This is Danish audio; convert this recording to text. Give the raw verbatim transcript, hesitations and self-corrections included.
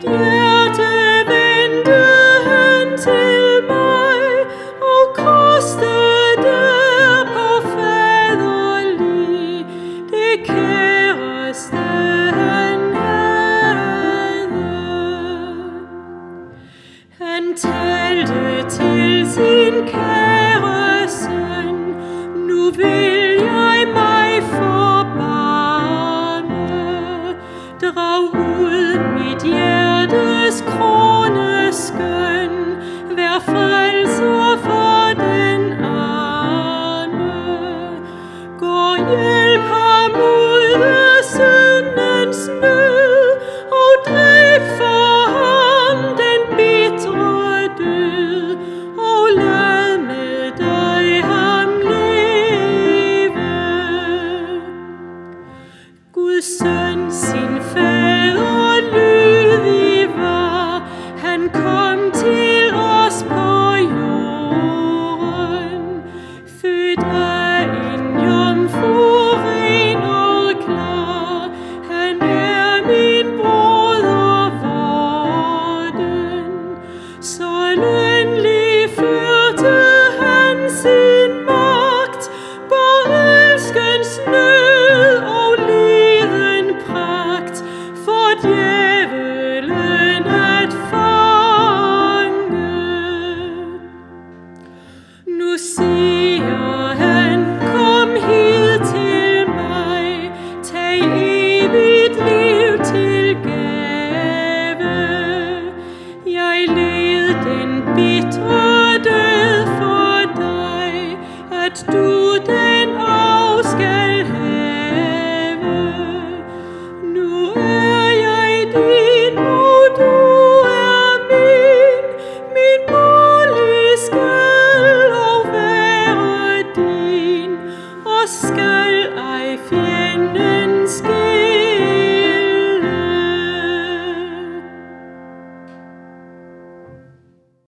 hjerte vendte hen til mig og kostede der på faderlig det kæreste han havde. Han talte til sin kære søn: nu vil jeg mig forbarme, drag ud mit hjertes krone skøn, vær frelser for den arme. Gå, hjælp ham ud af syndens nød, og dræb for ham den bitre død, og lad med dig ham leve. Guds søn sin fader lydig var, han kom til os på jorden, født af en jomfru ren og klar. Han er min broder vorten, så lønlig førte han sin magt, på elskens nød og liden pragt, for djævelen at fange. Nu siger han: kom hid til mig, tag evigt liv til gave. Jeg led den bitre død for dig, at du den